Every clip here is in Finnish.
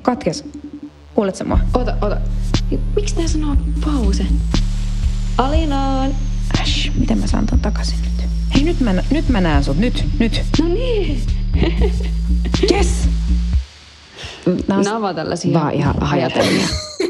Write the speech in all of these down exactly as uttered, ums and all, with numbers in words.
katkes. Kuuletko mua? Ota, ota. Miksi tää sanoo pause? Alinaan. Äsh, miten mä saan ton takaisin nyt? Hei, nyt mä, nyt mä näen sut. Nyt, nyt. No niin. Yes! Nämä on vaan tällaisia vaan ihan hajatelmia.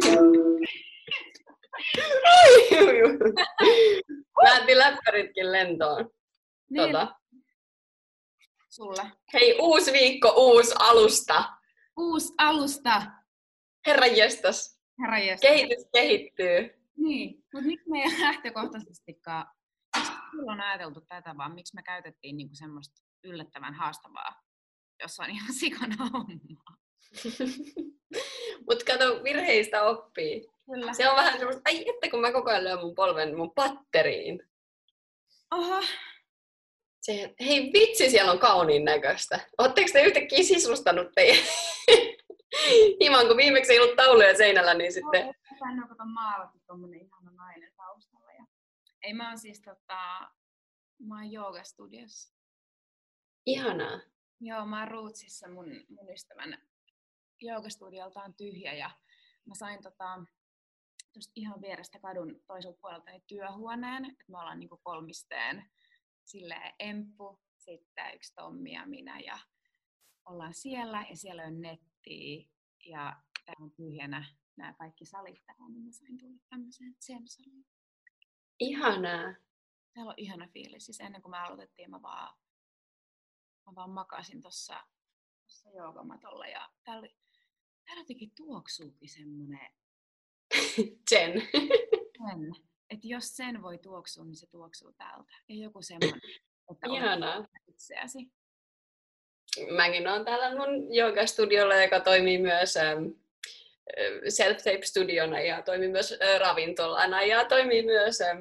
Lähti läppäritkin lentoon. Niin. Tota. Sulle. Hei, uusi viikko, uusi alusta. Uusi alusta. Herra jestas. Herra jestas. Kehitys kehittyy. Niin, mutta miksi me ei lähtökohtaisestikaan, miksi silloin on ajateltu tätä, vaan miksi me käytettiin niinku semmoista yllättävän haastavaa, jossa on ihan sikana hommaa. Mut kato, virheistä oppii. Kyllä. Se on vähän semmoista, ai että kun mä koko ajan lyön mun polven mun patteriin. Oho. Se, hei vitsi, siellä on kauniin näköistä. Ootteko te yhtäkkiä sisustanut teidän himan, kun viimeksi ei ollut tauluja seinällä, niin sitten... Tänne on kato maalattu tommonen ihana nainen taustalla. Ja... Ei, mä oon siis tota... Mä oon joogastudiossa. Ihanaa. Joo, mä oon Rootsissa, mun, mun ystävän joogastudiolta on tyhjä ja mä sain tota... Tuosta ihan vierestä kadun toiselta puolelta niin työhuoneen, että me ollaan niinku kolmisteen silleen Emppu, sitten yksi Tommi ja minä ja ollaan siellä ja siellä on nettiä ja täällä on tyhjänä nämä kaikki salit tähän, niin mä sain tulla tämmöiseen Zen-saliin. Ihanaa. Täällä on ihana fiilis, siis ennen kuin me aloitettiin mä vaan, mä vaan makasin tossa, tossa joogamatolla ja täällä, täällä jotenkin tuoksuukin semmonen Zen. Sen, että jos sen voi tuoksua, niin se tuoksuu täältä. Ja joku semmoinen, että ihanaa. Itseäsi. Mäkin olen täällä mun joogastudiolla, joka toimii myös ähm, self-tape-studiona ja toimii myös äh, ravintolana ja toimii myös ähm,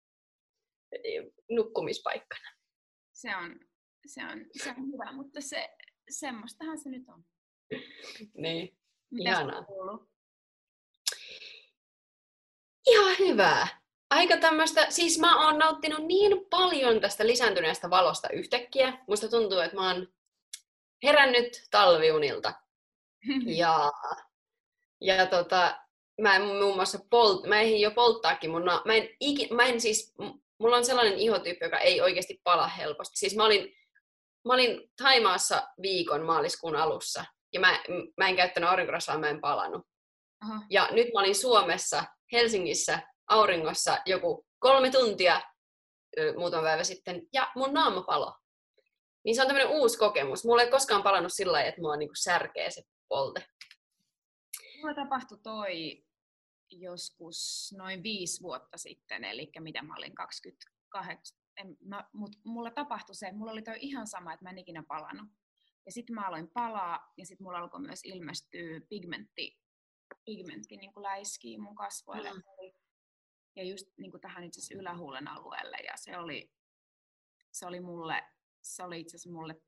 nukkumispaikkana. Se on, se on, se on hyvä, mutta se, semmoistahan se nyt on. Niin, Mitä ihanaa. kuuluu? Ihan hyvää. Aika tämmöistä, siis mä oon nauttinut niin paljon tästä lisääntyneestä valosta yhtäkkiä. Musta tuntuu, että mä oon herännyt talviunilta. Ja, ja tota, mä en muun muassa polt, mä ehdin jo polttaakin mun na- mä en, iki, mä en siis, mulla on sellainen ihotyyppi, joka ei oikeasti pala helposti. Siis mä olin, mä olin Thaimaassa viikon maaliskuun alussa. Ja mä, mä en käyttänyt aurinkorasvaa, mä en palannut. Aha. Ja nyt mä olin Suomessa, Helsingissä, auringossa joku kolme tuntia ö, muutama päivä sitten, ja mun naama palo. Niin se on tämmönen uusi kokemus. Mulla ei koskaan palannut sillä lailla, että mua niinku särkee se polte. Mulla tapahtui toi joskus noin viisi vuotta sitten, eli mitä mä olin kaksikymmentäkahdeksan. En, mä, mut mulla tapahtui se, mulla oli toi ihan sama, että mä en ikinä palannut. Ja sitten mä aloin palaa, ja sitten mulla alkoi myös ilmestyä pigmentti, pigmentti niin kuin läiskii mun kasvoille. Mm. Ja just niin kuin tähän itse asiassa ylähuulen alueelle. Ja se oli, se oli mulle, se oli itse asiassa mulle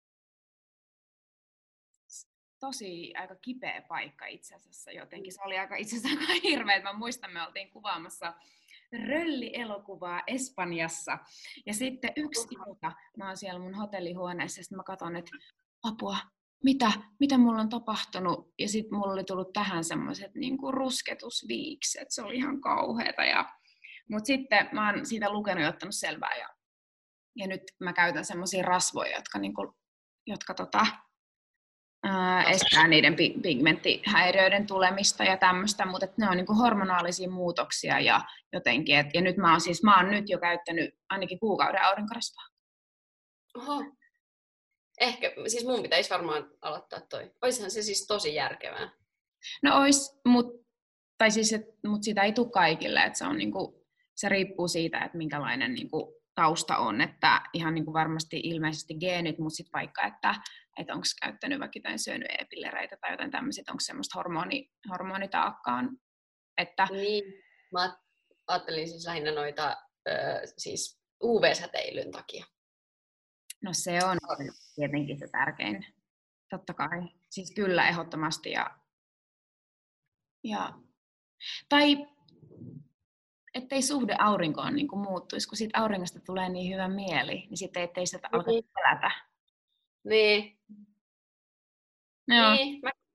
tosi aika kipeä paikka itse asiassa jotenkin. Se oli aika itse asiassa aika hirveä. Mä muistan, me oltiin kuvaamassa Rölli-elokuvaa Espanjassa. Ja sitten yksi ilta, mä oon siellä mun hotellihuoneessa, ja sitten mä katson, että apua, mitä, mitä mulla on tapahtunut? Ja sitten mulla oli tullut tähän semmoiset niinku rusketusviikset, se oli ihan kauheeta. Ja... Mutta sitten mä oon siitä lukenut ja ottanut selvää. Ja, ja nyt mä käytän semmoisia rasvoja, jotka, niinku, jotka tota, ää, estää niiden pigmenttihäiriöiden tulemista ja tämmöistä, mutta ne on niinku hormonaalisia muutoksia ja jotenkin. Et, ja nyt mä oon siis, mä oon nyt jo käyttänyt ainakin kuukauden aurinkorasvaa. Oho. Ehkä, siis mun pitäisi varmaan aloittaa toi. Oishan se siis tosi järkevää. No ois, mutta tai siis, mut sitä ei tule kaikille, että se on niinku, se riippuu siitä, että minkälainen niinku tausta on, että ihan niinku varmasti ilmeisesti geenit, mutta sitten vaikka, että et onko käyttänyt vaikka jotain syönyt e-pillereitä tai jotain tämmöisiä, onko semmoista hormoni, hormonitaakkaan, että... Niin, mä ajattelin siis lähinnä noita ö, siis U V-säteilyn takia. No se on tietenkin se tärkein, totta kai. Siis kyllä ehdottomasti. Ja, ja, tai ettei suhde aurinkoon niin kuin muuttuisi, kun siitä auringosta tulee niin hyvä mieli, niin sitten ettei sitä alkaa pelätä. Niin. Joo. Niin, mä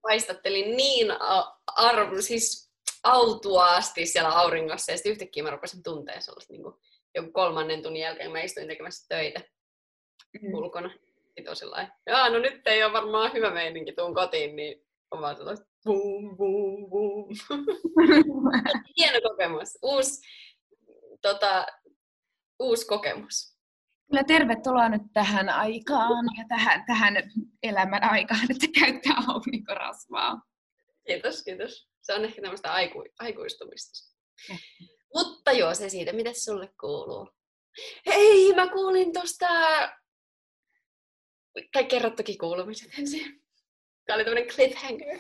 paistattelin niin arvo, siis autuaasti siellä auringossa, ja sitten yhtäkkiä mä rupesin tuntea sellaista niin kuin, joku kolmannen tunnin jälkeen, mä istuin tekemässä töitä mm. ulkona. Sitten on sellainen, jaa, no nyt ei ole varmaan hyvä meininki, tuun kotiin, niin on vaan sellaista boom, boom, boom. Hieno kokemus, uusi, tota, uusi kokemus. Kyllä tervetuloa nyt tähän aikaan ja tähän, tähän elämän aikaan, että käyttää aurinkorasvaa. Kiitos, kiitos. Se on ehkä tämmöistä aiku, aikuistumista. Ja. Mutta joo, se siitä, mitä sulle kuuluu. Hei, mä kuulin tosta... Tai kerrot toki kuulumiset ensin. Tää oli tämmönen cliffhanger.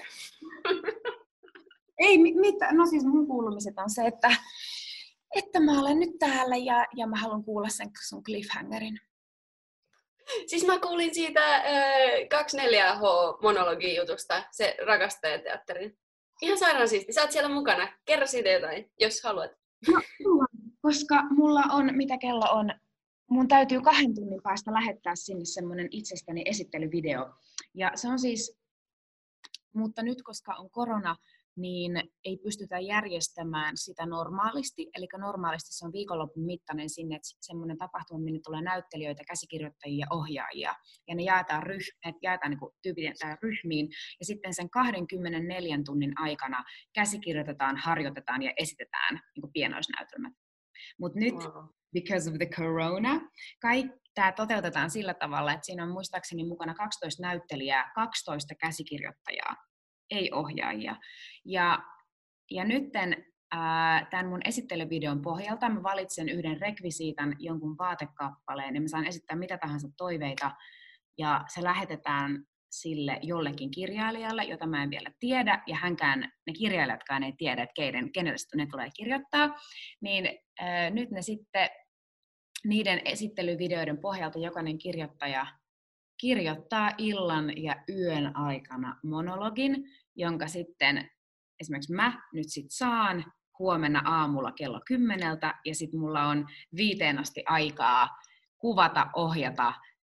Ei, mitä? No siis mun kuulumiset on se, että, että mä olen nyt täällä ja, ja mä haluan kuulla sen sun cliffhangerin. Siis mä kuulin siitä äh, kaksikymmentäneljä H-monologi-jutusta, se rakastajateatterin. Ihan sairaan siisti. Sä oot siellä mukana. Kerro siitä jotain, jos haluat. No, koska mulla on, mitä kello on, mun täytyy kahden tunnin päästä lähettää sinne semmoinen itsestäni esittelyvideo. Ja se on siis, mutta nyt koska on korona, niin ei pystytä järjestämään sitä normaalisti. Eli normaalisti se on viikonlopun mittainen sinne, että semmoinen tapahtuma, minne tulee näyttelijöitä, käsikirjoittajia ja ohjaajia. Ja ne jaetaan, ryh- jaetaan niin kuin tyypit ryhmiin. Ja sitten sen kaksikymmentäneljän tunnin aikana käsikirjoitetaan, harjoitetaan ja esitetään niin kuin pienoisnäytelmät. Mutta nyt, wow. because of the corona, kaikki tämä toteutetaan sillä tavalla, että siinä on muistaakseni mukana kaksitoista näyttelijää, kaksitoista käsikirjoittajaa, ei ohjaajia. Ja, ja nytten ää, tämän mun esittelyvideon pohjalta mä valitsen yhden rekvisiitan, jonkun vaatekappaleen, ja mä saan esittää mitä tahansa toiveita, ja se lähetetään sille jollekin kirjailijalle, jota mä en vielä tiedä, ja hänkään, ne kirjailijatkaan ei tiedä, että keiden, kenelle ne tulee kirjoittaa, niin ää, nyt ne sitten niiden esittelyvideoiden pohjalta jokainen kirjoittaja kirjoittaa illan ja yön aikana monologin, jonka sitten esimerkiksi mä nyt sit saan huomenna aamulla kello kymmeneltä, ja sitten mulla on viiteen asti aikaa kuvata, ohjata,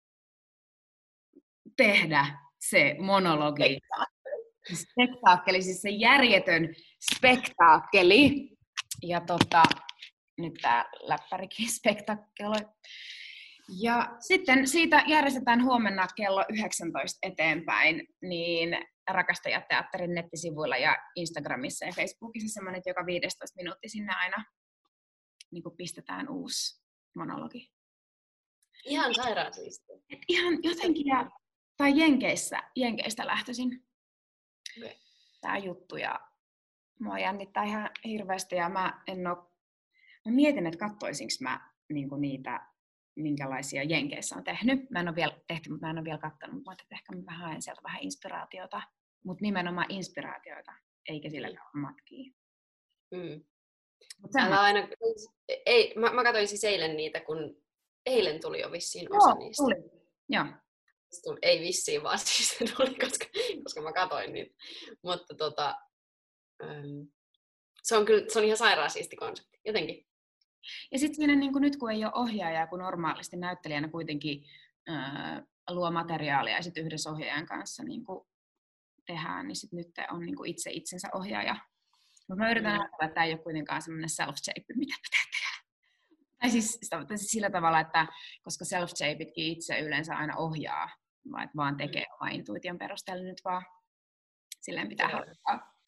tehdä se monologi. Spektaakkeli, siis se järjetön spektaakkeli. Ja tota, nyt tää läppärikin spektaakkeloi. Ja sitten siitä järjestetään huomenna kello yhdeksäntoista eteenpäin, niin Rakastajateatterin nettisivuilla ja Instagramissa ja Facebookissa semmoinen, että joka viisitoista minuutti sinne aina niin kuin pistetään uusi monologi. Ihan sairaan siistiä. Et ihan jotenkin, ja, tai Jenkeissä, Jenkeistä lähtöisin okay. Tää juttu, ja mua jännittää ihan hirveästi, ja mä en oo, mä mietin, että kattoisinko mä niinku niitä, minkälaisia Jenkeissä on tehnyt. Mä en ole vielä tehty, mutta mä en ole vielä katsonut, mutta että ehkä mä haen sieltä vähän inspiraatiota, mutta nimenomaan inspiraatioita, eikä sillä mm. matkia. Mm. Älä aina, ei, mä, mä katsoin siis eilen niitä, kun eilen tuli jo vissiin osa Joo, niistä. Tuli. Joo. Ei vissiin, vaan siis se tuli, koska, koska mä katsoin niitä. Mutta tota, ähm, se on kyllä, se on ihan sairaan siisti konsepti, jotenkin. Ja sitten siinä niin kun nyt kun ei ole ohjaajaa, kun normaalisti näyttelijänä kuitenkin ää, luo materiaalia ja sitten yhdessä ohjaajan kanssa niin kun tehdään, niin sitten nyt on niin kun itse itsensä ohjaaja. Mutta mä yritän mm. ajatella, että tämä ei ole kuitenkaan semmoinen self-shape, mitä pitää tehdä. Tai siis sillä tavalla, että koska self-shapeitkin itse yleensä aina ohjaa, vaan, vaan tekee mm. oman intuition perusteella, nyt vaan silleen pitää harjoittaa.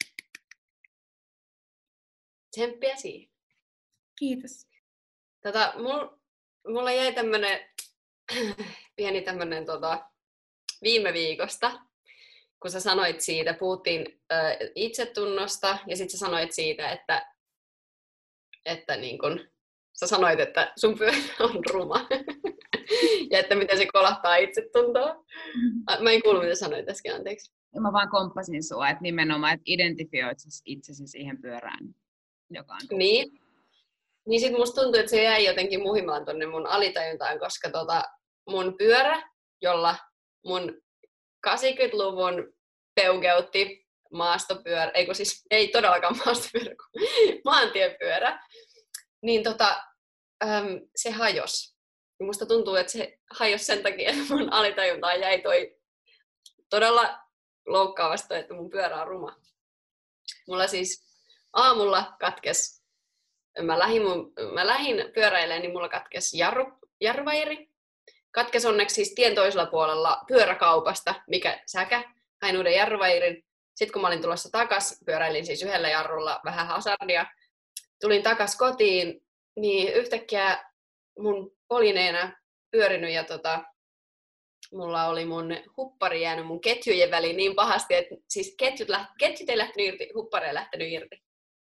Tsemppiä siihen. Kiitos. Tota, mul, mulla jäi tämmönen pieni tämmönen tota, viime viikosta, kun sä sanoit siitä, puhuttiin ö, itsetunnosta, ja sitten sä sanoit siitä, että, että niin kun, sä sanoit, että sun pyörä on ruma, ja että miten se kolahtaa itsetuntoa. Mä en kuullut, mitä sanoit äsken, anteeksi. Mä vaan komppasin sua, että nimenomaan, että identifioit itsesi siihen pyörään, joka on niin. Niin sit musta tuntuu, että se jäi jotenkin muhimaan tonne mun alitajuntaan, koska tota, mun pyörä, jolla mun kahdeksankymmentäluvun peukeutti maastopyörä, ei kun siis ei todellakaan maastopyörä, kun maantiepyörä, niin tota, äm, se hajosi. Ja musta tuntuu, että se hajosi sen takia, että mun alitajuntaan jäi toi todella loukkaavasta, että mun pyörä on ruma. Mulla siis aamulla katkes, mä lähdin, mun, mä lähdin pyöräilemään, niin mulla katkes jarru, jarruvairi. Katkes onneksi siis tien toisella puolella pyöräkaupasta, mikä säkä, hain uuden jarruvairin. Sitten kun mä olin tulossa takas, pyöräilin siis yhdellä jarrulla vähän hazardia, tulin takas kotiin, niin yhtäkkiä mun polineena pyörinyt ja tota, mulla oli mun huppari jäänyt mun ketjujen väliin niin pahasti, että siis ketjut, läht, ketjut ei lähtenyt irti, huppari ei lähtenyt irti.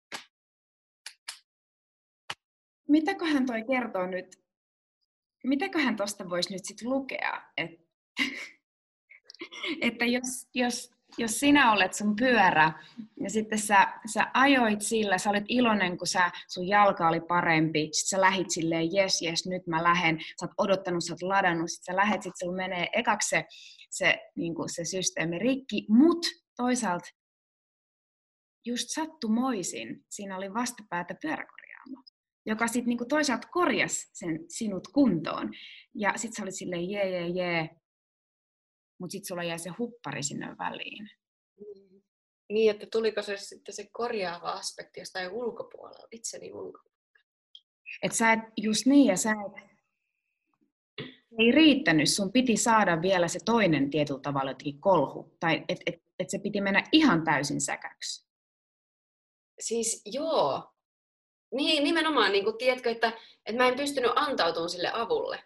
Mitäköhän toi kertoo nyt? Mitäköhän tosta voisi nyt sit lukea? Et, että jos, jos, jos sinä olet sun pyörä ja sitten sä, sä ajoit sillä, sä olet iloinen, kun sä, sun jalka oli parempi, sit sä lähit silleen, jes, jes, nyt mä lähen, sä oot odottanut, sä oot ladannut, sit sä lähet, sit sulla menee ekaksi se, se, niin kuin se systeemi rikki, mut toisaalta just sattumoisin siinä oli vastapäätä pyöräkorjaamo, joka sitten niinku toisaalta korjasi sen sinut kuntoon. Ja sitten sä olit silleen jee, jee, jee, mutta sitten sulla jäi se huppari sinne väliin. Niin, että tuliko se sitten se korjaava aspekti jostain ulkopuolella, itseni ulkopuolella? Että sä et, just niin, ja sä et, ei riittänyt, sun piti saada vielä se toinen tietyllä tavalla jotenkin kolhu, tai että et, et se piti mennä ihan täysin säkäksi. Siis joo. Niin, nimenomaan, niin kuin, tiedätkö, että, että mä en pystynyt antautumaan sille avulle.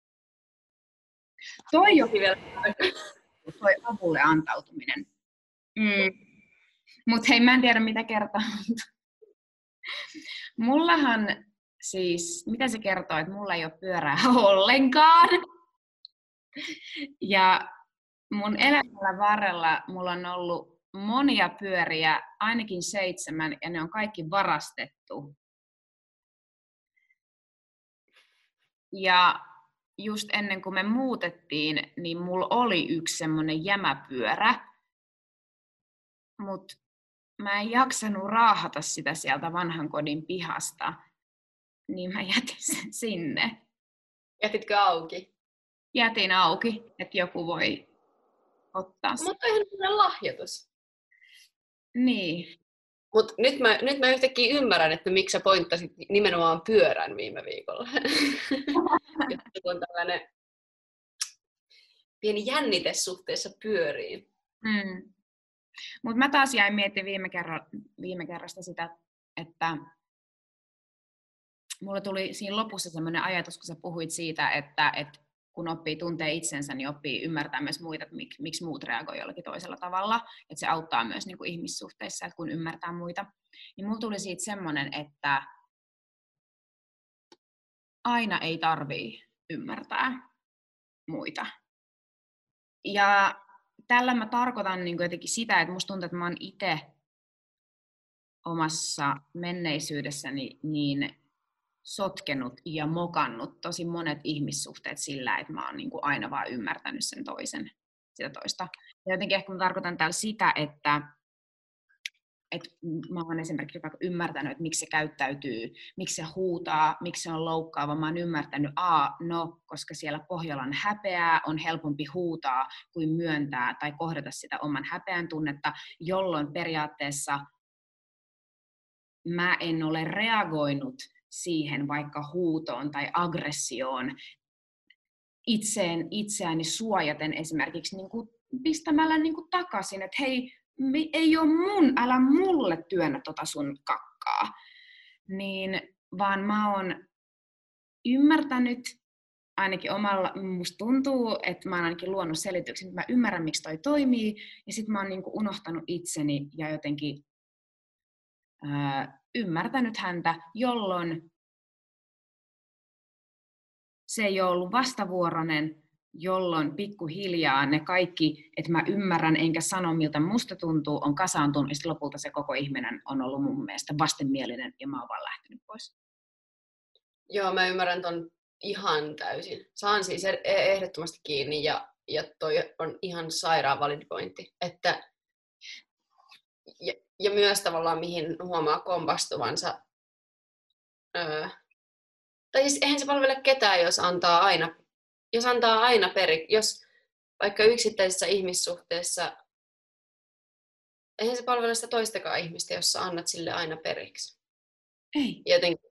Toi jo toi avulle antautuminen. Mm. Mutta hei, mä en tiedä mitä kertoo. Mullahan siis, mitä se kertoo, että mulla ei ole pyörää ollenkaan. Ja mun elämällä varrella mulla on ollut monia pyöriä, ainakin seitsemän, ja ne on kaikki varastettu. Ja just ennen kuin me muutettiin, niin mulla oli yksi semmoinen jämäpyörä, mutta mä en jaksanut raahata sitä sieltä vanhan kodin pihasta, niin mä jätin sen sinne. Jätitkö auki? Jätin auki, että joku voi ottaa sen. Mutta eihän se lahjoitus. Niin. Mutta nyt mä, nyt mä yhtäkkiä ymmärrän, että miksi sä pointtasit nimenomaan pyörän viime viikolla. On tällainen pieni jännite suhteessa pyöriin. Mm. Mutta mä taas jäin miettimään viime, kerran, viime kerrasta sitä, että mulle tuli siinä lopussa semmoinen ajatus, kun sä puhuit siitä, että, että kun oppii tuntee itsensä, niin oppii ymmärtää myös muita, että mik, miksi muut reagoi jollakin toisella tavalla. Että se auttaa myös niin kuin ihmissuhteissa, että kun ymmärtää muita. Niin mulla tuli siitä semmoinen, että aina ei tarvii ymmärtää muita. Ja tällä mä tarkoitan niin kuin jotenkin sitä, että musta tuntuu, että mä oon itse omassa menneisyydessäni niin sotkenut ja mokannut tosi monet ihmissuhteet sillä, että mä oon niin kuin aina vaan ymmärtänyt sen toisen, sitä toista. Ja jotenkin ehkä mä tarkoitan täällä sitä, että, että mä oon esimerkiksi vaikka ymmärtänyt, että miksi se käyttäytyy, miksi se huutaa, miksi se on loukkaava. Mä oon ymmärtänyt, a, no, koska siellä pohjalla on häpeää, on helpompi huutaa kuin myöntää tai kohdata sitä oman häpeän tunnetta, jolloin periaatteessa mä en ole reagoinut siihen vaikka huutoon tai aggressioon itseen, itseäni suojaten esimerkiksi niin kuin pistämällä niin kuin takaisin, että hei, ei ole mun, älä mulle työnnä tota sun kakkaa. Niin, vaan mä oon ymmärtänyt, ainakin omalla, musta tuntuu, että mä oon ainakin luonut selityksen, että mä ymmärrän, miksi toi toimii, ja sit mä oon niin kuin unohtanut itseni ja jotenkin ää, ymmärtänyt häntä, jolloin se ei ole ollut vastavuoroinen, jolloin pikkuhiljaa ne kaikki, että mä ymmärrän enkä sano, miltä musta tuntuu, on kasaantunut, ja lopulta se koko ihminen on ollut mun mielestä vastenmielinen, ja mä oon vaan lähtenyt pois. Joo, mä ymmärrän ton ihan täysin. Saan siis ehdottomasti kiinni, ja, ja toi on ihan sairaan valid pointti. Että, ja, ja myös tavallaan, mihin huomaa kompastuvansa. Öö, tai siis eihän se palvele ketään, jos antaa aina, jos antaa aina peri. Jos vaikka yksittäisessä ihmissuhteessa eihän se palvele sitä toistakaan ihmistä, jos sä annat sille aina periksi. Ei. Jotenkin.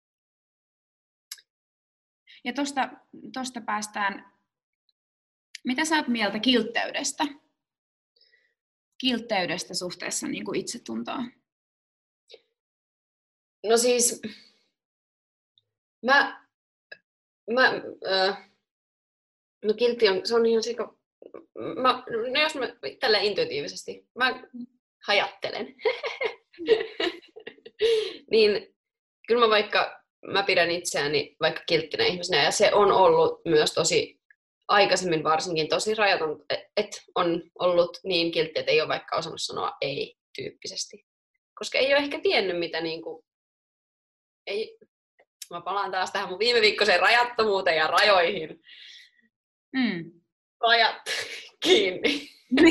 Ja tosta, tosta päästään, mitä sä oot mieltä kiltteydestä? Kiltteydestä suhteessa niin kuin itsetuntoon. No siis, mä, mä äh, no kiltti on, se on ihan sika, mä, no jos mä tällä intuitiivisesti, mä hajattelen, niin kyllä mä vaikka, mä pidän itseäni vaikka kilttinä ihmisenä, ja se on ollut myös tosi, aikaisemmin varsinkin tosi rajaton, että on ollut niin kiltti, että ei ole vaikka osannut sanoa ei tyyppisesti. Koska ei ole ehkä tiennyt, mitä niinku, ei, mä palaan taas tähän mun viime viikkoiseen rajattomuuteen ja rajoihin. Mm. Rajat kiinni.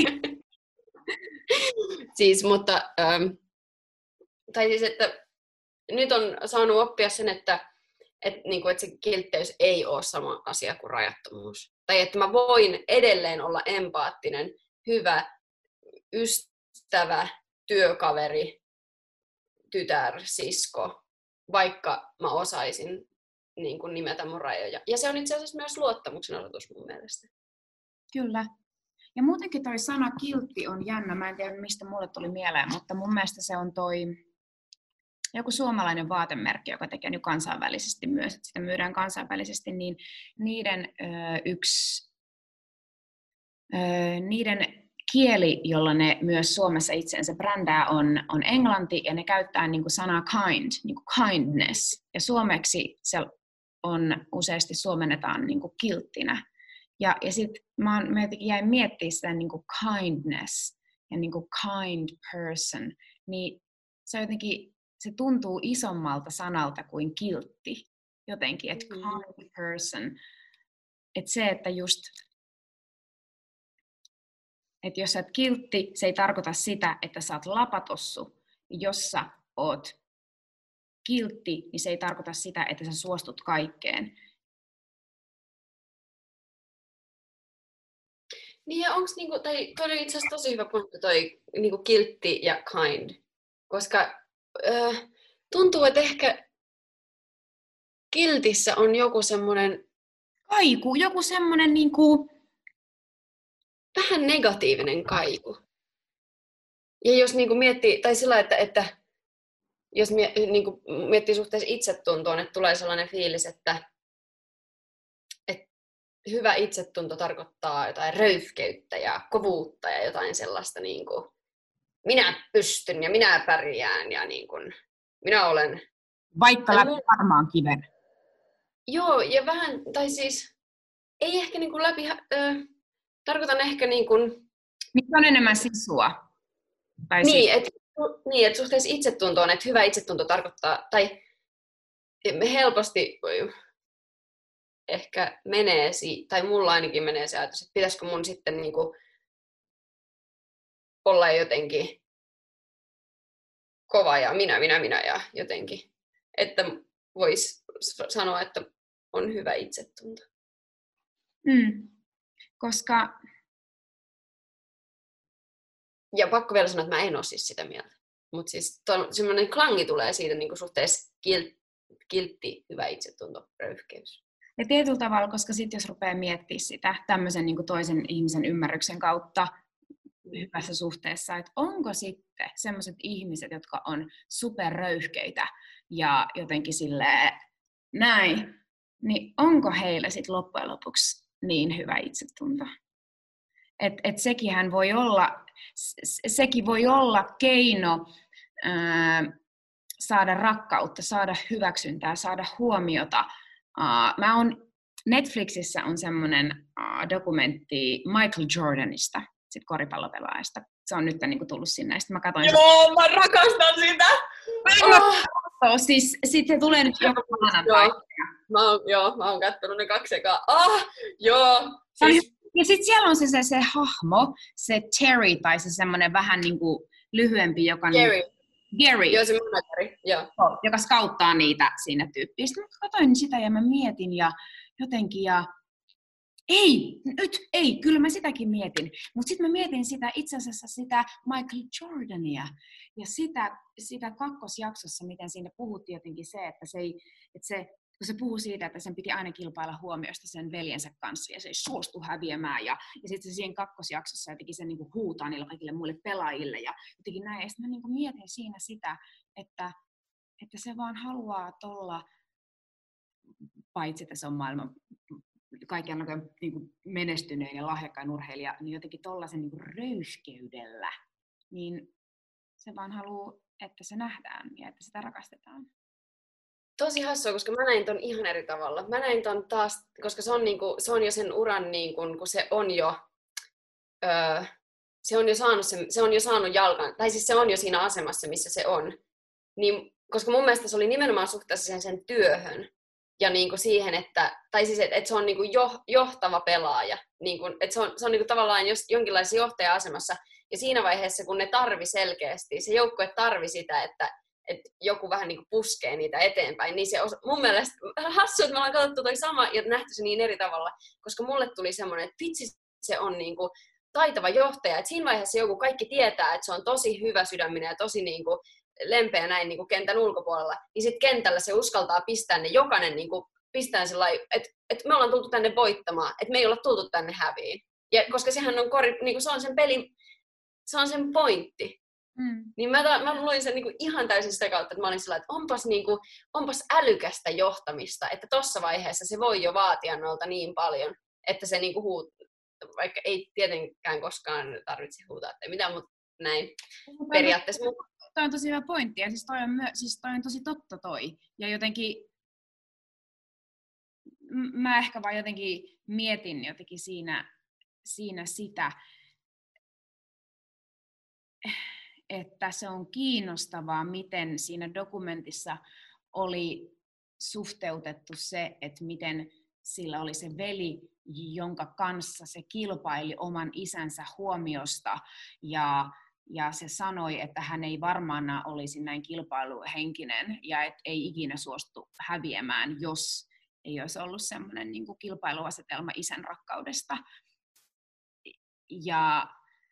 Siis, mutta, ähm, tai siis, että nyt on saanut oppia sen, että, että, niin kuin, että se kiltteys ei ole sama asia kuin rajattomuus. Tai että mä voin edelleen olla empaattinen, hyvä, ystävä, työkaveri, tytär, sisko, vaikka mä osaisin niin kuin nimetä mun rajoja. Ja se on itse asiassa myös luottamuksen osoitus mun mielestä. Kyllä. Ja muutenkin toi sana kiltti on jännä. Mä en tiedä, mistä mulle tuli mieleen, mutta mun mielestä se on toi joku suomalainen vaatemerkki, joka tekee nyt kansainvälisesti myös, että sitä myydään kansainvälisesti, niin niiden ö, yksi, ö, niiden kieli, jolla ne myös Suomessa itseensä brändää, on, on englanti, ja ne käyttää niin kuin sanaa kind, niin kuin kindness, ja suomeksi se on useasti suomennetaan niin kuin kilttinä. Ja, ja sitten mä, mä jotenkin jäin miettimään sitä niin kuin kindness ja niin kuin kind person, niin se jotenkin se tuntuu isommalta sanalta kuin kiltti jotenkin, että mm. kind person. Että se, että just, että jos sä oot kiltti, se ei tarkoita sitä, että sä oot lapatossu. Jos sä oot kiltti, niin se ei tarkoita sitä, että sä suostut kaikkeen. Niin ja onks niinku, tai toi oli itse asiassa tosi hyvä pointti toi niinku kiltti ja kind, koska äh, tuntuu, että ehkä kiltissä on joku semmoinen Kaiku, joku semmoinen niinku vähän negatiivinen kaiku. Ja jos niinku miettii, tai sillä että, että jos mie, niinku miettii suhteessa itsetuntoon, että tulee sellainen fiilis, että, että hyvä itsetunto tarkoittaa jotain röyhkeyttä ja kovuutta ja jotain sellaista niinku, minä pystyn ja minä pärjään ja niin kuin, minä olen. Vaikka läpi mun... varmaan kiven. Joo, ja vähän, tai siis, ei ehkä niin kuin läpi, äh, tarkoitan ehkä niin kuin... Mikä on enemmän sisua? Tai niin, siis... että niin, et suhteessa itsetuntoon, että hyvä itsetunto tarkoittaa, tai helposti ehkä menee, tai mulla ainakin menee se ajatus, että pitäisikö mun sitten niin kuin olla jotenkin kova ja minä, minä, minä ja jotenkin, että voisi sanoa, että on hyvä itsetunto. Mm. Koska... Ja pakko vielä sanoa, että mä en ole siis sitä mieltä. Mutta siis semmoinen klangi tulee siitä niin kuin suhteessa kil, kiltti, hyvä itsetunto, röyhkeys. Ja tietyllä tavalla, koska sitten jos rupeaa miettimään sitä tämmöisen niin kuin toisen ihmisen ymmärryksen kautta hyvässä suhteessa, että onko sitten semmoiset ihmiset, jotka on superröyhkeitä ja jotenkin silleen näin, niin onko heillä sitten loppujen lopuksi niin hyvä itsetunto? Että et sekinhän voi olla, sekin voi olla keino ää, saada rakkautta, saada hyväksyntää, saada huomiota. Ää, mä on, Netflixissä on semmoinen ää, dokumentti Michael Jordanista, sit koripallopelaajasta. Se on nyt niin kuin tullut sinne. Sitten mä katsoin Joo, sitä. Mä rakastan sitä! Oh. Siis, sitten se tulee nyt joka maanantai. Mä oon, joo, mä oon kattonut ne kaksi ekaa. Ah, joo! Siis... Ja sitten siellä on se, se, se hahmo, se Terry, tai se semmoinen vähän niin kuin lyhyempi, joka... Gary. Niin, Gary. Joo, se manageri, joo. Joka skauttaa niitä siinä tyyppiä. Sitten mä katsoin sitä ja mä mietin ja jotenkin, ja Ei, nyt ei, kyllä mä sitäkin mietin. Mutta sitten mä mietin sitä itse asiassa sitä Michael Jordania ja sitä, sitä kakkosjaksossa, miten siinä puhuttiin jotenkin se, että se, ei, että se, kun se puhui siitä, että sen piti aina kilpailla huomiosta sen veljensä kanssa ja se ei suostu häviämään ja, ja sitten se siinä kakkosjaksossa jotenkin se niinku huutaa niille kaikille muille pelaajille ja jotenkin näin. Ja sitten mä niinku mietin siinä sitä, että, että se vaan haluaa olla, paitsi että se on maailman kaiken niin kuin menestyneen ja lahjakkaan urheilija, niin jotenkin tollaisen niin kuin röyhkeydellä, niin se vaan haluaa, että se nähdään ja että sitä rakastetaan. Tosi hassua, koska mä näin ton ihan eri tavalla. Mä näin ton taas, koska se on, niinku, se on jo sen uran, niinku, kun se on jo, öö, se on jo saanut, sen, se on jo saanut jalkan, tai siis se on jo siinä asemassa, missä se on. Niin, koska mun mielestä se oli nimenomaan suhteessa sen, sen työhön. Ja niinku siihen, että, tai siis, että et se on niinku jo, johtava pelaaja. Niinku, että se on, se on niinku tavallaan jos, jonkinlaisessa johtaja-asemassa. Ja siinä vaiheessa, kun ne tarvi selkeästi, se joukkue tarvi sitä, että et joku vähän niinku puskee niitä eteenpäin. Niin se osa, mun mielestä hassu, että me ollaan katsottu toi sama ja nähty se niin eri tavalla. Koska mulle tuli semmoinen, että vitsi, se on niinku taitava johtaja. Et siinä vaiheessa joku kaikki tietää, että se on tosi hyvä sydäminen ja tosi niinku lempeä näin niin kuin kentän ulkopuolella, niin sitten kentällä se uskaltaa pistää ne jokainen, niin kuin, pistää sellainen, että, että me ollaan tultu tänne voittamaan, että me ei olla tultu tänne häviin. Ja koska sehän on, kori, niin kuin se on sen pelin, se on sen pointti. Mm. Niin mä, mä luin sen niin kuin ihan täysin sitä kautta, että mä olin sellainen, että onpas, niin kuin, onpas älykästä johtamista, että tossa vaiheessa se voi jo vaatia noilta niin paljon, että se niin kuin huut, vaikka ei tietenkään koskaan tarvitse huutaa tai mitään, mutta näin periaatteessa. Toi on tosi hyvä pointti, ja siis toi on, myö, siis toi on tosi totta toi. Ja jotenkin, m- mä ehkä vaan jotenkin mietin jotenkin siinä, siinä sitä, että se on kiinnostavaa, miten siinä dokumentissa oli suhteutettu se, että miten sillä oli se veli, jonka kanssa se kilpaili oman isänsä huomiosta, ja Ja se sanoi, että hän ei varmaan olisi näin kilpailuhenkinen ja et ei ikinä suostu häviämään, jos ei olisi ollut semmoinen niin kuin kilpailuasetelma isän rakkaudesta. Ja,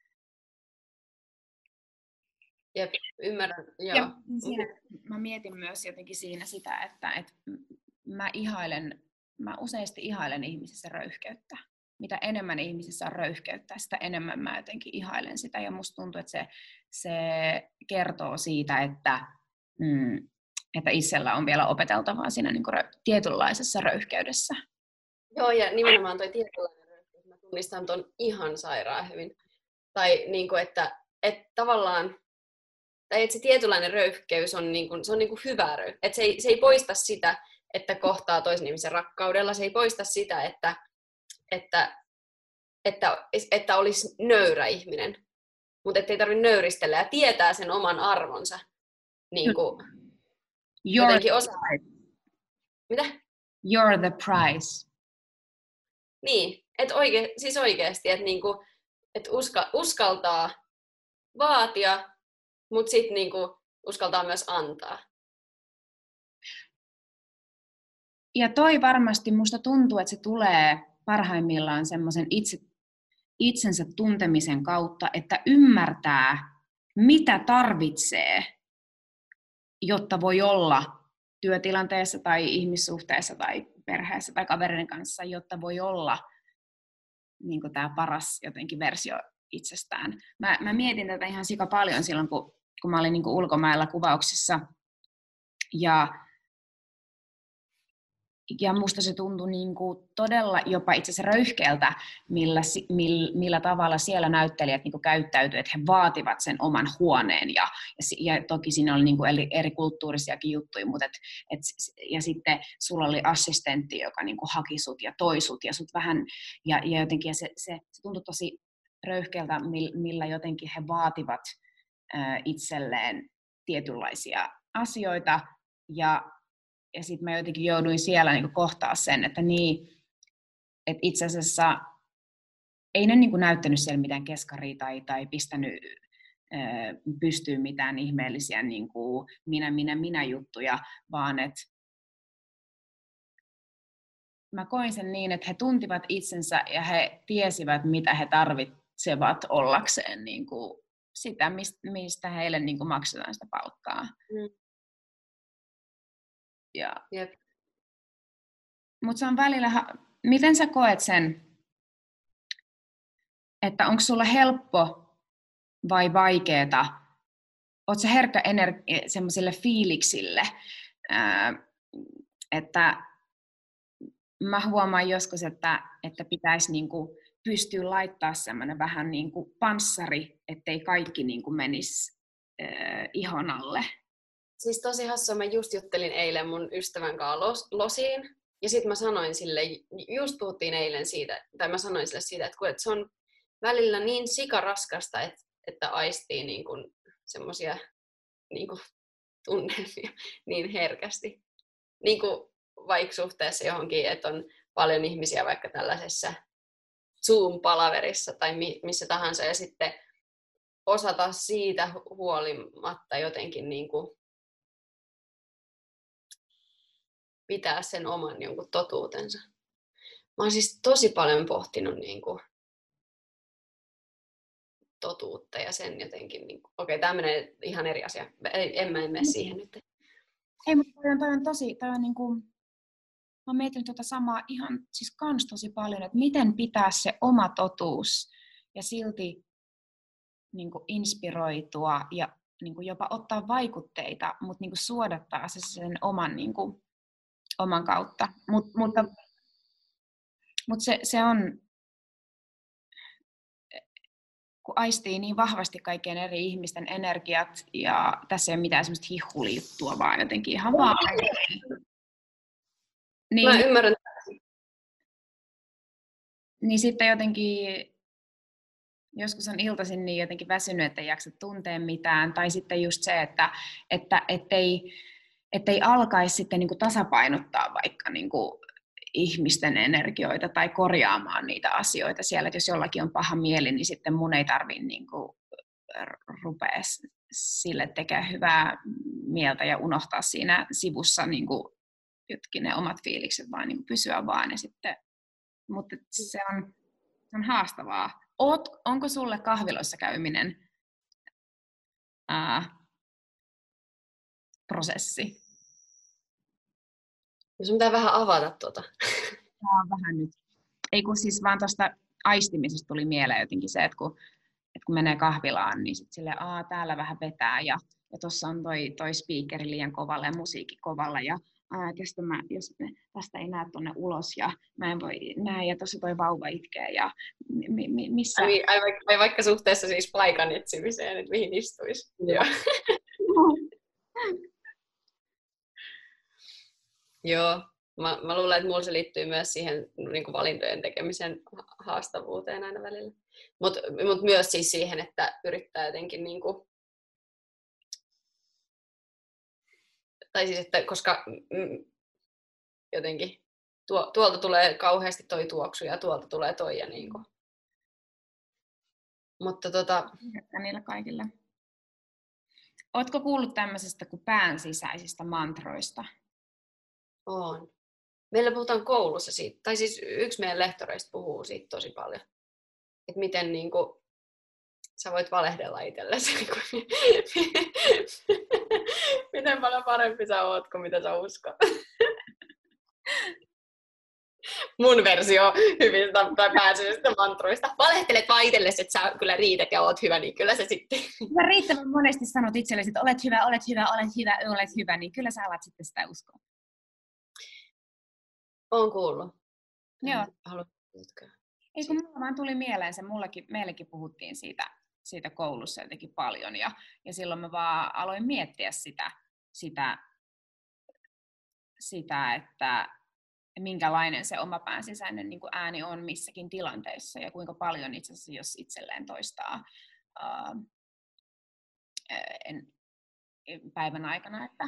Jep, ymmärrän. Joo. Ja siinä, mä mietin myös jotenkin siinä sitä, että, että mä ihailen, mä useasti ihailen ihmisissä röyhkeyttä. Mitä enemmän ihmisissä on röyhkeyttä, sitä enemmän mä jotenkin ihailen sitä. Ja musta tuntuu, että se, se kertoo siitä, että, mm, että itsellä on vielä opeteltavaa siinä niin kuin rö- tietynlaisessa röyhkeydessä. Joo, ja nimenomaan toi tietynlainen röyhkeys, mä tunnistan ton ihan sairaan hyvin. Tai niin kuin, että, että tavallaan, tai että se tietynlainen röyhkeys on, niin kuin, se on niin kuin hyvä röyhkeys. Että se ei, se ei poista sitä, että kohtaa toisen ihmisen rakkaudella. Se ei poista sitä, että Että, että, että olisi nöyrä ihminen, mutta ettei tarvitse nöyristellä ja tietää sen oman arvonsa. Niin kuin, jotenkin osa... Mitä? You're the prize. Niin, että oike, siis oikeasti, että, niinku, että uska, uskaltaa vaatia, mutta sitten niinku, uskaltaa myös antaa. Ja toi varmasti musta tuntuu, että se tulee parhaimmillaan semmoisen itse, itsensä tuntemisen kautta, että ymmärtää, mitä tarvitsee, jotta voi olla työtilanteessa tai ihmissuhteessa tai perheessä tai kaverin kanssa, jotta voi olla niin kuin tämä paras jotenkin versio itsestään. Mä, mä mietin tätä ihan sika paljon silloin, kun, kun mä olin niin kuin ulkomailla kuvauksissa. Ja Ja musta se tuntui niin kuin todella jopa itse asiassa röyhkeältä, millä, millä, millä tavalla siellä näyttelijät niin kuin käyttäytyivät, että he vaativat sen oman huoneen. Ja, ja, ja toki siinä oli niin kuin eri, eri kulttuurisiakin juttuja, mutta et, et, ja sitten sulla oli assistentti, joka niin kuin haki sut ja toi sut ja sut vähän, ja, ja jotenkin ja se, se, se tuntui tosi röyhkeältä, millä jotenkin he vaativat äh, itselleen tietynlaisia asioita, ja Ja sitten mä jotenkin jouduin siellä niinku kohtaa sen, että niin, että itse asiassa ei ne niinku näyttänyt siellä mitään keskaria tai, tai pistänyt ö, pystyyn mitään ihmeellisiä niinku minä, minä, minä juttuja, vaan että mä koin sen niin, että he tuntivat itsensä ja he tiesivät, mitä he tarvitsevat ollakseen niin kuin sitä, mistä heille niin kuin maksetaan sitä palkkaa. Mm. Ja... Yep. Mutta se on välillä, miten sä koet sen, että onko sulla helppo vai vaikeeta? Oot sä herkkä ener- semmoisille fiiliksille, ää, että mä huomaan joskus, että, että pitäisi niinku pystyä laittaa semmoinen vähän niinku panssari, ettei kaikki niinku menisi ää, ihon alle. Siis tosi hassua, mä just juttelin eilen mun ystävän kanssa los, losiin, ja sitten mä sanoin sille, just puhuttiin eilen siitä, tai mä sanoin sille siitä, että, kun, että se on välillä niin sikaraskasta, että, että aistii niin kuin semmoisia niin kuin tunnelmia niin herkästi. Niin kuin vaikka suhteessa johonkin, että on paljon ihmisiä vaikka tällaisessa Zoom-palaverissa tai mi- missä tahansa, ja sitten osata siitä huolimatta jotenkin niin kuin pitää sen oman jonkun totuutensa. Mä oon siis tosi paljon pohtinut niin kuin totuutta ja sen jotenkin, niin kuin, okei, tämä menee ihan eri asia. Ei, en mä en mene siihen nyt. Ei, mutta toi on, toi on tosi, toi on niin kuin, mä oon miettinyt tuota samaa ihan siis kans tosi paljon, että miten pitää se oma totuus ja silti niin kuin inspiroitua ja niin kuin jopa ottaa vaikutteita, mutta niin kuin suodattaa se sen oman, niin kuin, oman kautta. Mut, mutta mutta se, se on, kun aistii niin vahvasti kaikkien eri ihmisten energiat, ja tässä ei ole mitään semmoista hihhulijuttua, vaan jotenkin ihan vaan niin, mä ymmärrän. Niin sitten jotenkin, joskus on iltaisin niin jotenkin väsynyt, että ei jaksa tuntea mitään, tai sitten just se, että, että ettei, ettei alkaisi sitten niin kuin tasapainottaa vaikka niin kuin ihmisten energioita tai korjaamaan niitä asioita siellä, että jos jollakin on paha mieli, niin sitten mun ei tarvitse niin kuin rupea sille tekemään hyvää mieltä ja unohtaa siinä sivussa niin kuin jotkin ne omat fiilikset, vaan niin kuin pysyä vaan. Ja sitten, mutta se on, se on haastavaa. Oot, onko sulle kahviloissa käyminen ää, prosessi? Sun pitää vähän avata tuota. Vähän nyt. Ei kun siis vaan tuosta aistimisesta tuli mieleen jotenkin se, että kun, että kun menee kahvilaan, niin sitten silleen, aa, täällä vähän vetää ja, ja tuossa on toi, toi speakeri liian kovalla ja musiikki kovalla ja ää, tästä, mä, jos, tästä ei näe tuonne ulos ja mä en voi näe ja tuossa toi vauva itkee ja mi, mi, missä... Ai, ai, ai vaikka suhteessa siis paikan etsimiseen, että mihin istuisi. Joo. Joo. Mä, mä luulen, että mulla se liittyy myös siihen niin kuin valintojen tekemisen haastavuuteen aina välillä. Mutta mut myös siis siihen, että yrittää jotenkin, niin kuin, tai siis, että koska mm, jotenkin tuo, tuolta tulee kauheasti toi tuoksu ja tuolta tulee toi ja niin kuin. Mutta tota... niillä kaikilla. Ootko kuullut tämmöisestä kuin pään sisäisistä mantroista? On. Meillä puhutaan koulussa siitä, tai siis yksi meidän lehtoreista puhuu siitä tosi paljon. Että miten niin kuin, sä voit valehdella itsellesi. Miten paljon parempi sä oot kuin mitä sä uskot. Mun versio hyvistä tai pääsyistä mantroista. Valehtelet vaan itsellesi, että sä kyllä riität ja oot hyvä, niin kyllä se sitten. Sä riittävän monesti sanot itsellesi, että olet hyvä, olet hyvä, olet hyvä, olet hyvä, niin kyllä sä alat sitten sitä uskoa. Oon kuullut. Joo. Haluan jatkaa. Ei kun mulla vaan tuli mieleen se, mullekin, meillekin puhuttiin siitä, siitä koulussa jotenkin paljon ja, ja silloin mä vaan aloin miettiä sitä, sitä, sitä että minkälainen se oma pään sisäinen niin kuin ääni on missäkin tilanteessa ja kuinka paljon itse asiassa, jos itselleen toistaa ää, en, päivän aikana, että,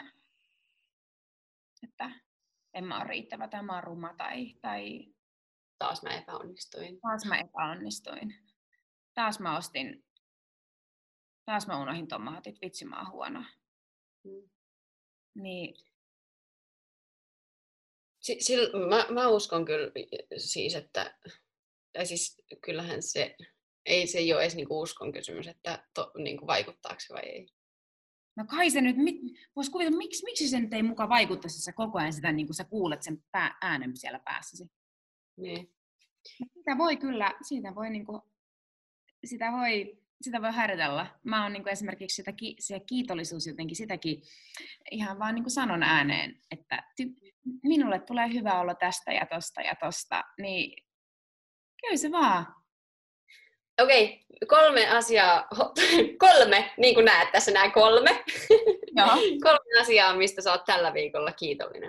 että en mä ole riittävä tai mä oon ruma tai, tai taas mä epäonnistuin. Taas mä epäonnistuin. Taas mä ostin, taas mä unohin tomaatit, vitsi mä oon huono. Mm. Niin. Si- sil, mä, mä uskon kyllä siis, että tai siis kyllähän se, ei se ole edes niinku uskon kysymys, että to, niinku vaikuttaako se vai ei. No kai se nyt, mit, vois kuvitella, miksi, miksi se nyt ei muka vaikuttaisi, sä koko ajan sitä, niin kuin sä kuulet sen pää, äänen siellä päässäsi. Niin. Sitä voi kyllä, siitä voi, niin kuin, sitä voi, sitä voi harjoitella. Mä oon niin kuin esimerkiksi sitä, se kiitollisuus jotenkin, sitäkin ihan vaan niin kuin sanon ääneen, että ty, minulle tulee hyvä olo tästä ja tosta ja tosta, niin kyllä se vaan. Okei, kolme asiaa, kolme, niin kuin näet tässä nämä kolme. Joo. Kolme asiaa, mistä sä oot tällä viikolla kiitollinen.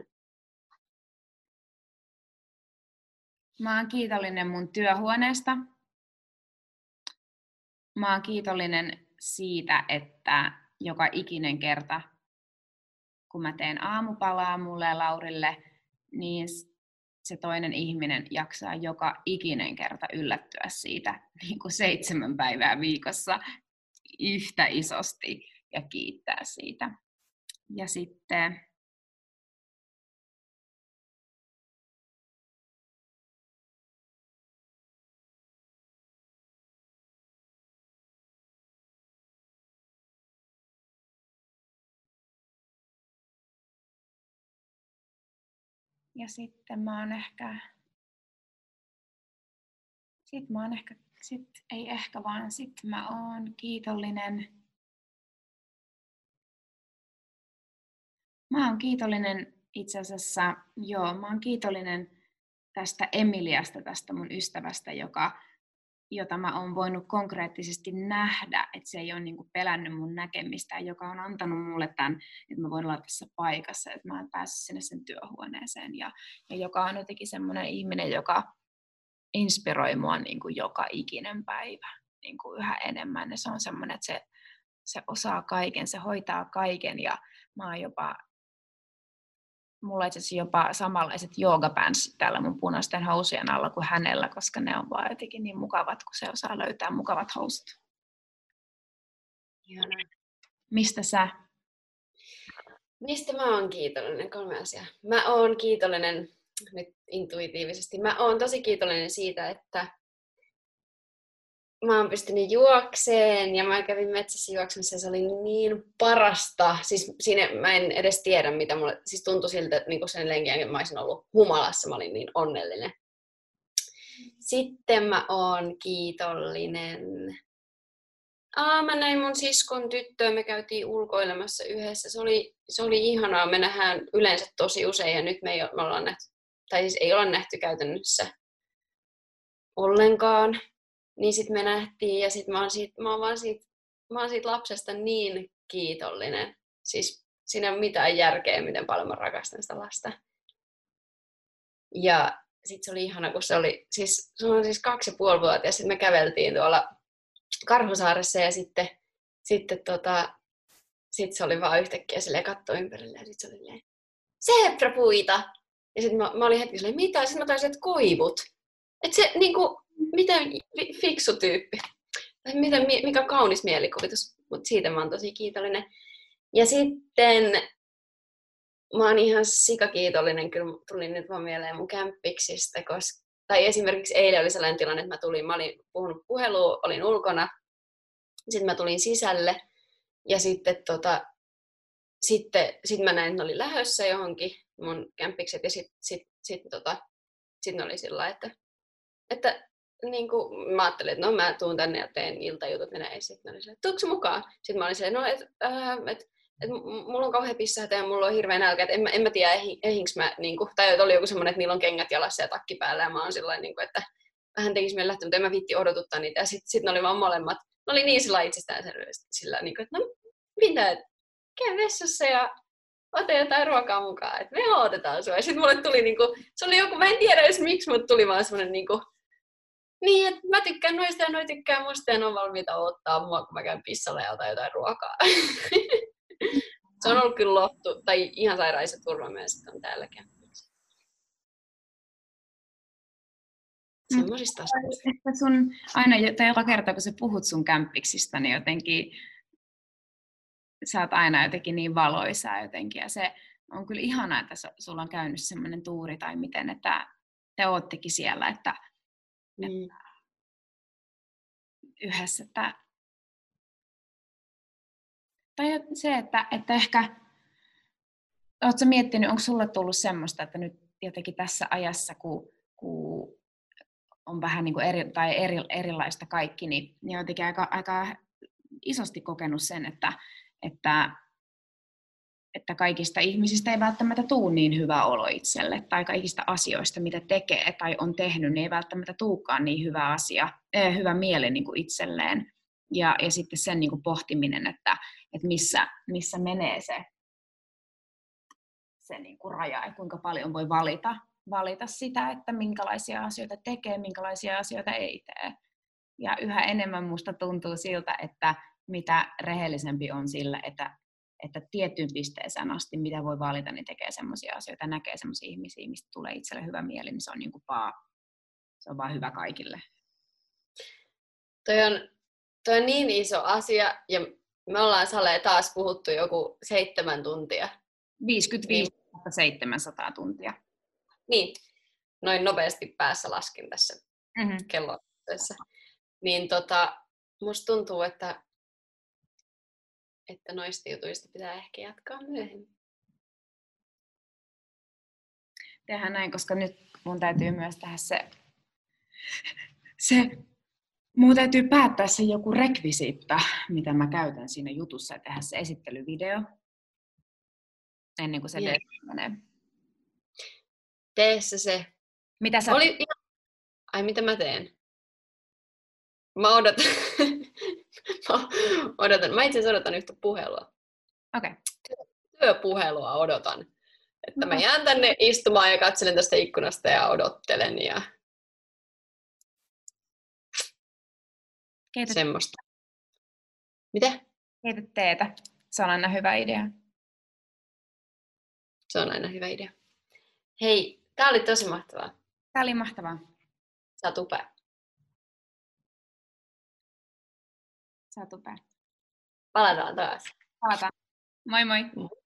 Mä oon kiitollinen mun työhuoneesta. Mä oon kiitollinen siitä, että joka ikinen kerta, kun mä teen aamupalaa mulle ja Laurille, niin se toinen ihminen jaksaa joka ikinen kerta yllättyä siitä niin kuin seitsemän päivää viikossa yhtä isosti ja kiittää siitä. Ja sitten ja sitten mä oon ehkä sit mä oon ehkä sit ei ehkä vaan sit mä oon kiitollinen. Mä oon kiitollinen itse asiassa, joo, mä oon kiitollinen tästä Emiliasta, tästä mun ystävästä, joka, jota mä oon voinut konkreettisesti nähdä, että se ei ole niinku pelännyt mun näkemistä, joka on antanut mulle tämän, että mä voin olla tässä paikassa, että mä oon päässyt sinne sen työhuoneeseen, ja, ja joka on jotenkin semmoinen ihminen, joka inspiroi mua niinku joka ikinen päivä niinku yhä enemmän, ja se on semmoinen, että se, se osaa kaiken, se hoitaa kaiken, ja mä oon jopa mulla on itse asiassa jopa samanlaiset joogapänssit täällä mun punaisten housujen alla kuin hänellä, koska ne on vaan jotenkin niin mukavat, kun se osaa löytää mukavat housut. Ihanaa. Mistä sä? Mistä mä oon kiitollinen? Kolme asiaa. Mä oon kiitollinen nyt intuitiivisesti. Mä oon tosi kiitollinen siitä, että mä oon pystynyt juokseen ja mä kävin metsässä juoksemassa ja se oli niin parasta. Siis siinä mä en edes tiedä, mitä mulle, siis tuntui siltä, että niinku sen lenkin jälkeen mä olisin ollut humalassa, mä olin niin onnellinen. Sitten mä oon kiitollinen. Aa, mä näin mun siskon tyttöä, me käytiin ulkoilemassa yhdessä. Se oli, se oli ihanaa, me nähdään yleensä tosi usein ja nyt me ei me ollaan nähty, tai siis ei olla nähty käytännössä ollenkaan. Niin sitten me nähtiin ja sitten mä oon siitä, mä oon vaan siitä, mä oon siitä lapsesta niin kiitollinen. Siis siinä ei ole mitään järkeä, miten paljon mä rakastan sitä lasta. Ja sitten se oli ihana, kun se oli, siis se on siis kaksi ja puoli vuotta ja sitten me käveltiin tuolla Karhusaaressa ja sitten, sitten tota, sit se oli vaan yhtäkkiä silleen kattoi ympärille ja sitten se oli silleen, zebrapuita! Ja sitten mä, mä olin hetki silleen, mitä? Sitten mä taisin, että koivut. Että se niinku, miten fiksu tyyppi. Miten, mikä kaunis mielikuvitus, mutta siitä mä oon tosi kiitollinen. Ja sitten mä oon ihan sikakiitollinen, kyllä tuli nyt vaan mieleen mun kämppiksistä, koska, tai esimerkiksi eilen oli sellainen tilanne, että mä tulin, mä olin puhunut puhelua, olin ulkona, sitten mä tulin sisälle ja sitten tota, sitten sit mä näin, että ne oli lähdössä johonkin mun kämppikset ja sitten sit, sit, tota, sit ne oli sillä että, että niin kuin, mä ajattelin, että no mä tuun tänne ja teen iltajutut ja näin. Sitten oli silleen, tuutko mukaan? Sitten mä olin silleen, no että äh, et, et, mulla on kauhean pissähtä ja mulla on hirveä nälkä, että en mä, en mä tiedä ehinkö mä, niin kuin, tai oli joku semmoinen, että niillä on kengät jalassa ja takki päällä ja mä oon sillain, niin kuin, että vähän tekisi meidän lähteä, mutta en mä viitti odotuttaa niitä. Ja sitten sit ne oli vaan molemmat, ne oli niin sillä itsestäänselvyydessä, sillä niin kuin, että no mitä, että käy vessassa ja ota jotain ruokaa mukaan, että me odotetaan sua. Ja sitten mulle tuli niin kuin, se oli joku, mä en tiedä edes miksi, mutta tuli vaan semmoinen niin kuin, niin, että mä tykkään noista ja noi tykkää musta ja ne on valmiita odottaa mua, kun mä käyn pissalla ja otan jotain ruokaa. Se on ollut kyllä lottu, tai ihan sairaiset turva myös, että on täällä kämpissä. Semmoisista asioista. Että sun aina, tai joka kerta kun sä puhut sun kämppiksistä, niin jotenkin sä oot aina jotenkin niin valoisaa jotenkin. Ja se, on kyllä ihanaa, että sulla on käynyt semmoinen tuuri tai miten, että te oottekin siellä, että, Mm. että yhdessä. Että, tai se, että, että ehkä ootko miettinyt, onko sulle tullut semmoista, että nyt jotenkin tässä ajassa, kun, kun on vähän niin kuin eri, tai eri, erilaista kaikki, niin, niin jotenkin aika, aika isosti kokenut sen, että, että, että kaikista ihmisistä ei välttämättä tule niin hyvä olo itselle, tai kaikista asioista, mitä tekee tai on tehnyt, niin ei välttämättä tulekaan niin hyvä asia, äh, hyvä mieli niin kuin itselleen. Ja, ja sitten sen niin kuin pohtiminen, että, että missä, missä menee se, se niin kuin raja, ja kuinka paljon voi valita, valita sitä, että minkälaisia asioita tekee, minkälaisia asioita ei tee. Ja yhä enemmän musta tuntuu siltä, että mitä rehellisempi on sillä, että, että tiettyyn pisteeseen asti, mitä voi valita, niin tekee semmoisia asioita, näkee semmoisia ihmisiä, mistä tulee itselle hyvä mieli, niin se on, niin kuin vaan, se on vaan hyvä kaikille. Toi on, toi on niin iso asia, ja me ollaan Sale taas puhuttu joku seitsemän tuntia. viisikymmentäviisituhatta seitsemänsataa tuntia. Niin, noin nopeasti päässä laskin tässä Mm-hmm. kellossa. Niin tota, musta tuntuu, että, että noista jutuista pitää ehkä jatkaa myöhemmin. Tehdään näin, koska nyt mun täytyy myös tehdä se, se mun täytyy päättää se joku rekvisiitta, mitä mä käytän siinä jutussa, ja tehdä se esittelyvideo ennen kuin se Yeah. menee. Tee se se. Mitä sä... Oli... Ai, mitä mä teen? Mä odotan. mä odotan. Mä itse asiassa odotan yhtä puhelua. Okei. Okay. Työpuhelua odotan. Että mä jään tänne istumaan ja katselen tästä ikkunasta ja odottelen ja Keität... semmoista. Mitä? Keität teetä. Se on aina hyvä idea. Se on aina hyvä idea. Hei, tää oli tosi mahtavaa. Tää oli mahtavaa. Sä oot upea. Sä oot upea. Palataan taas. Palataan. Moi moi. Moi.